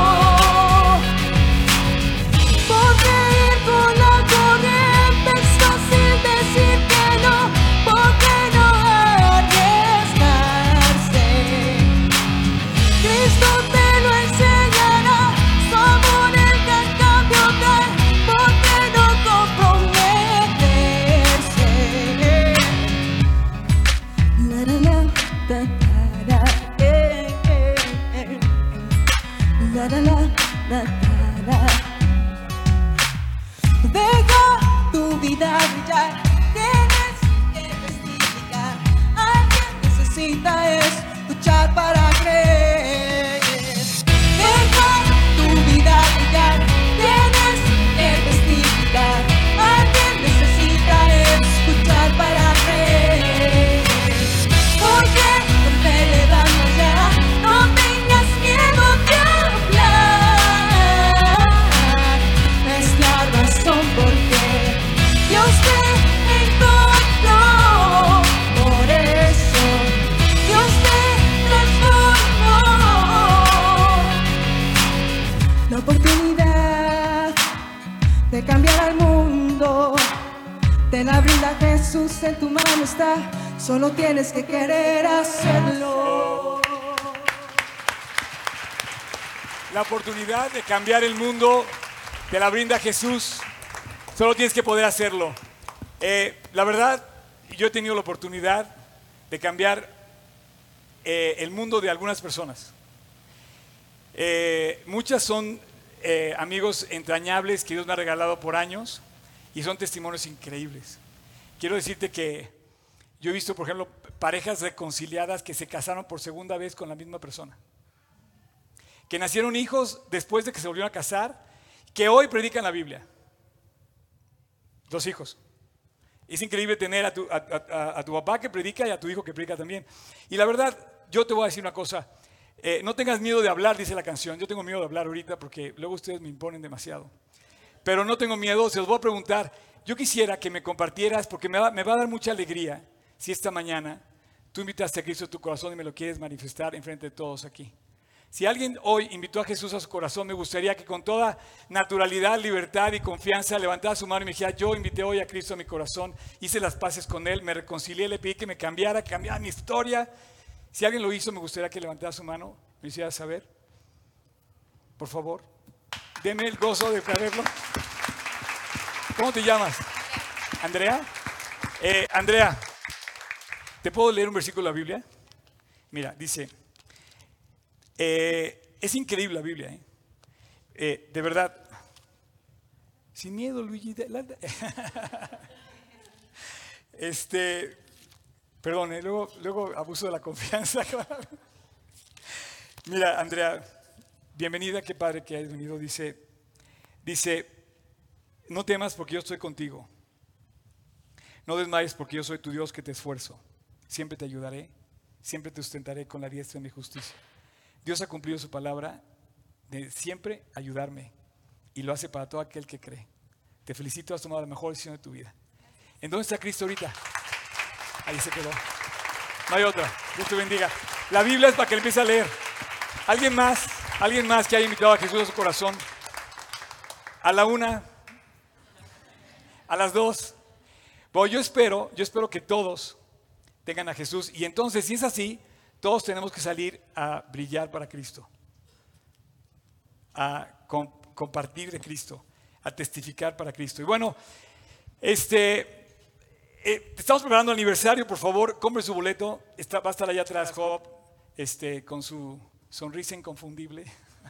[SPEAKER 2] Podré ir con la corriente, es fácil decir que no. ¿Por qué no arriesgarse? Cristo te lo enseñará, su amor el que cambio trae. ¿Por qué no comprometerse? La, la, la, ta, ta, ra, eh, eh, eh. La, la, la, la, ta, ra. Deja tu vida brillar, tienes que testificar. Alguien necesita escuchar para creer. Deja tu vida brillar, tienes que testificar. Alguien necesita escuchar para creer. ¿Por qué no te levantas ya? No tengas miedo de hablar. Es la razón por qué Dios te encontró. Por eso Dios te transformó. La oportunidad de cambiar al mundo te la brinda Jesús, en tu mano está. Solo tienes que querer hacerlo.
[SPEAKER 1] La oportunidad de cambiar el mundo te la brinda Jesús. Solo tienes que poder hacerlo. Eh, la verdad, yo he tenido la oportunidad de cambiar eh, el mundo de algunas personas. Eh, muchas son eh, amigos entrañables que Dios me ha regalado por años y son testimonios increíbles. Quiero decirte que yo he visto, por ejemplo, parejas reconciliadas que se casaron por segunda vez con la misma persona, que nacieron hijos después de que se volvieron a casar, que hoy predican la Biblia. Dos hijos. Es increíble tener a tu, a, a, a tu papá que predica y a tu hijo que predica también. Y la verdad, yo te voy a decir una cosa. Eh, no tengas miedo de hablar, dice la canción. Yo tengo miedo de hablar ahorita porque luego ustedes me imponen demasiado. Pero no tengo miedo, se los voy a preguntar. Yo quisiera que me compartieras, porque me va, me va a dar mucha alegría si esta mañana tú invitaste a Cristo a tu corazón y me lo quieres manifestar enfrente de todos aquí. Si alguien hoy invitó a Jesús a su corazón, me gustaría que con toda naturalidad, libertad y confianza levantara su mano y me dijera: yo invité hoy a Cristo a mi corazón, hice las paces con Él, me reconcilié, le pedí que me cambiara, que cambiara mi historia. Si alguien lo hizo, me gustaría que levantara su mano, me hiciera saber. Por favor, deme el gozo de saberlo. ¿Cómo te llamas? ¿Andrea? Eh, Andrea, ¿te puedo leer un versículo de la Biblia? Mira, dice... Eh, es increíble la Biblia, ¿eh? Eh, de verdad. Sin miedo, Luigi. Este, perdón, ¿eh? luego, luego abuso de la confianza. Mira, Andrea, bienvenida, qué padre que hayas venido. Dice, dice, no temas porque yo estoy contigo. No desmayes porque yo soy tu Dios que te esfuerzo. Siempre te ayudaré, siempre te sustentaré con la diestra de mi justicia. Dios ha cumplido su palabra de siempre ayudarme y lo hace para todo aquel que cree. Te felicito, has tomado la mejor decisión de tu vida. ¿En dónde está Cristo ahorita? Ahí se quedó. No hay otra. Dios te bendiga. La Biblia es para que le empiece a leer. ¿Alguien más? ¿Alguien más que haya invitado a Jesús a su corazón? A la una, a las dos. Bueno, yo espero, yo espero que todos tengan a Jesús. Y entonces, si es así, todos tenemos que salir a brillar para Cristo, a com- compartir de Cristo, a testificar para Cristo. Y bueno, este, eh, estamos preparando el aniversario. Por favor, compre su boleto. Está, va a estar allá atrás Job, este, con su sonrisa inconfundible.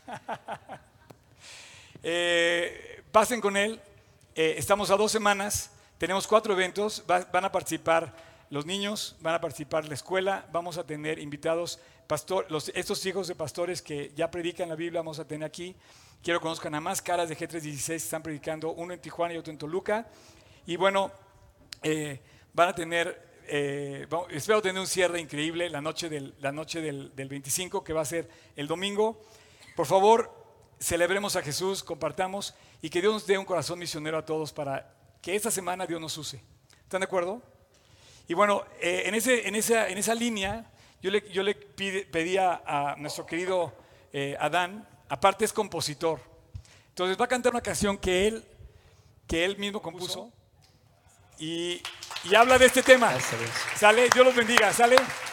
[SPEAKER 1] eh, pasen con él. Eh, estamos a dos semanas. Tenemos cuatro eventos. Va, van a participar los niños, van a participar la escuela. Vamos a tener invitados, pastor, los, estos hijos de pastores que ya predican la Biblia. Vamos a tener aquí. Quiero que conozcan a más caras de G trescientos dieciséis. Están predicando, uno en Tijuana y otro en Toluca. Y bueno, eh, van a tener, eh, vamos, espero tener un cierre increíble la noche, del, la noche del, del veinticinco, que va a ser el domingo. Por favor, celebremos a Jesús, compartamos y que Dios nos dé un corazón misionero a todos para que esta semana Dios nos use. ¿Están de acuerdo? Y bueno, eh, en, ese, en, esa, en esa línea, yo le, yo le pide, pedía a nuestro querido eh, Adán, aparte es compositor, entonces va a cantar una canción que él, que él mismo compuso y, y habla de este tema. ¿Sale? Dios los bendiga. ¿Sale?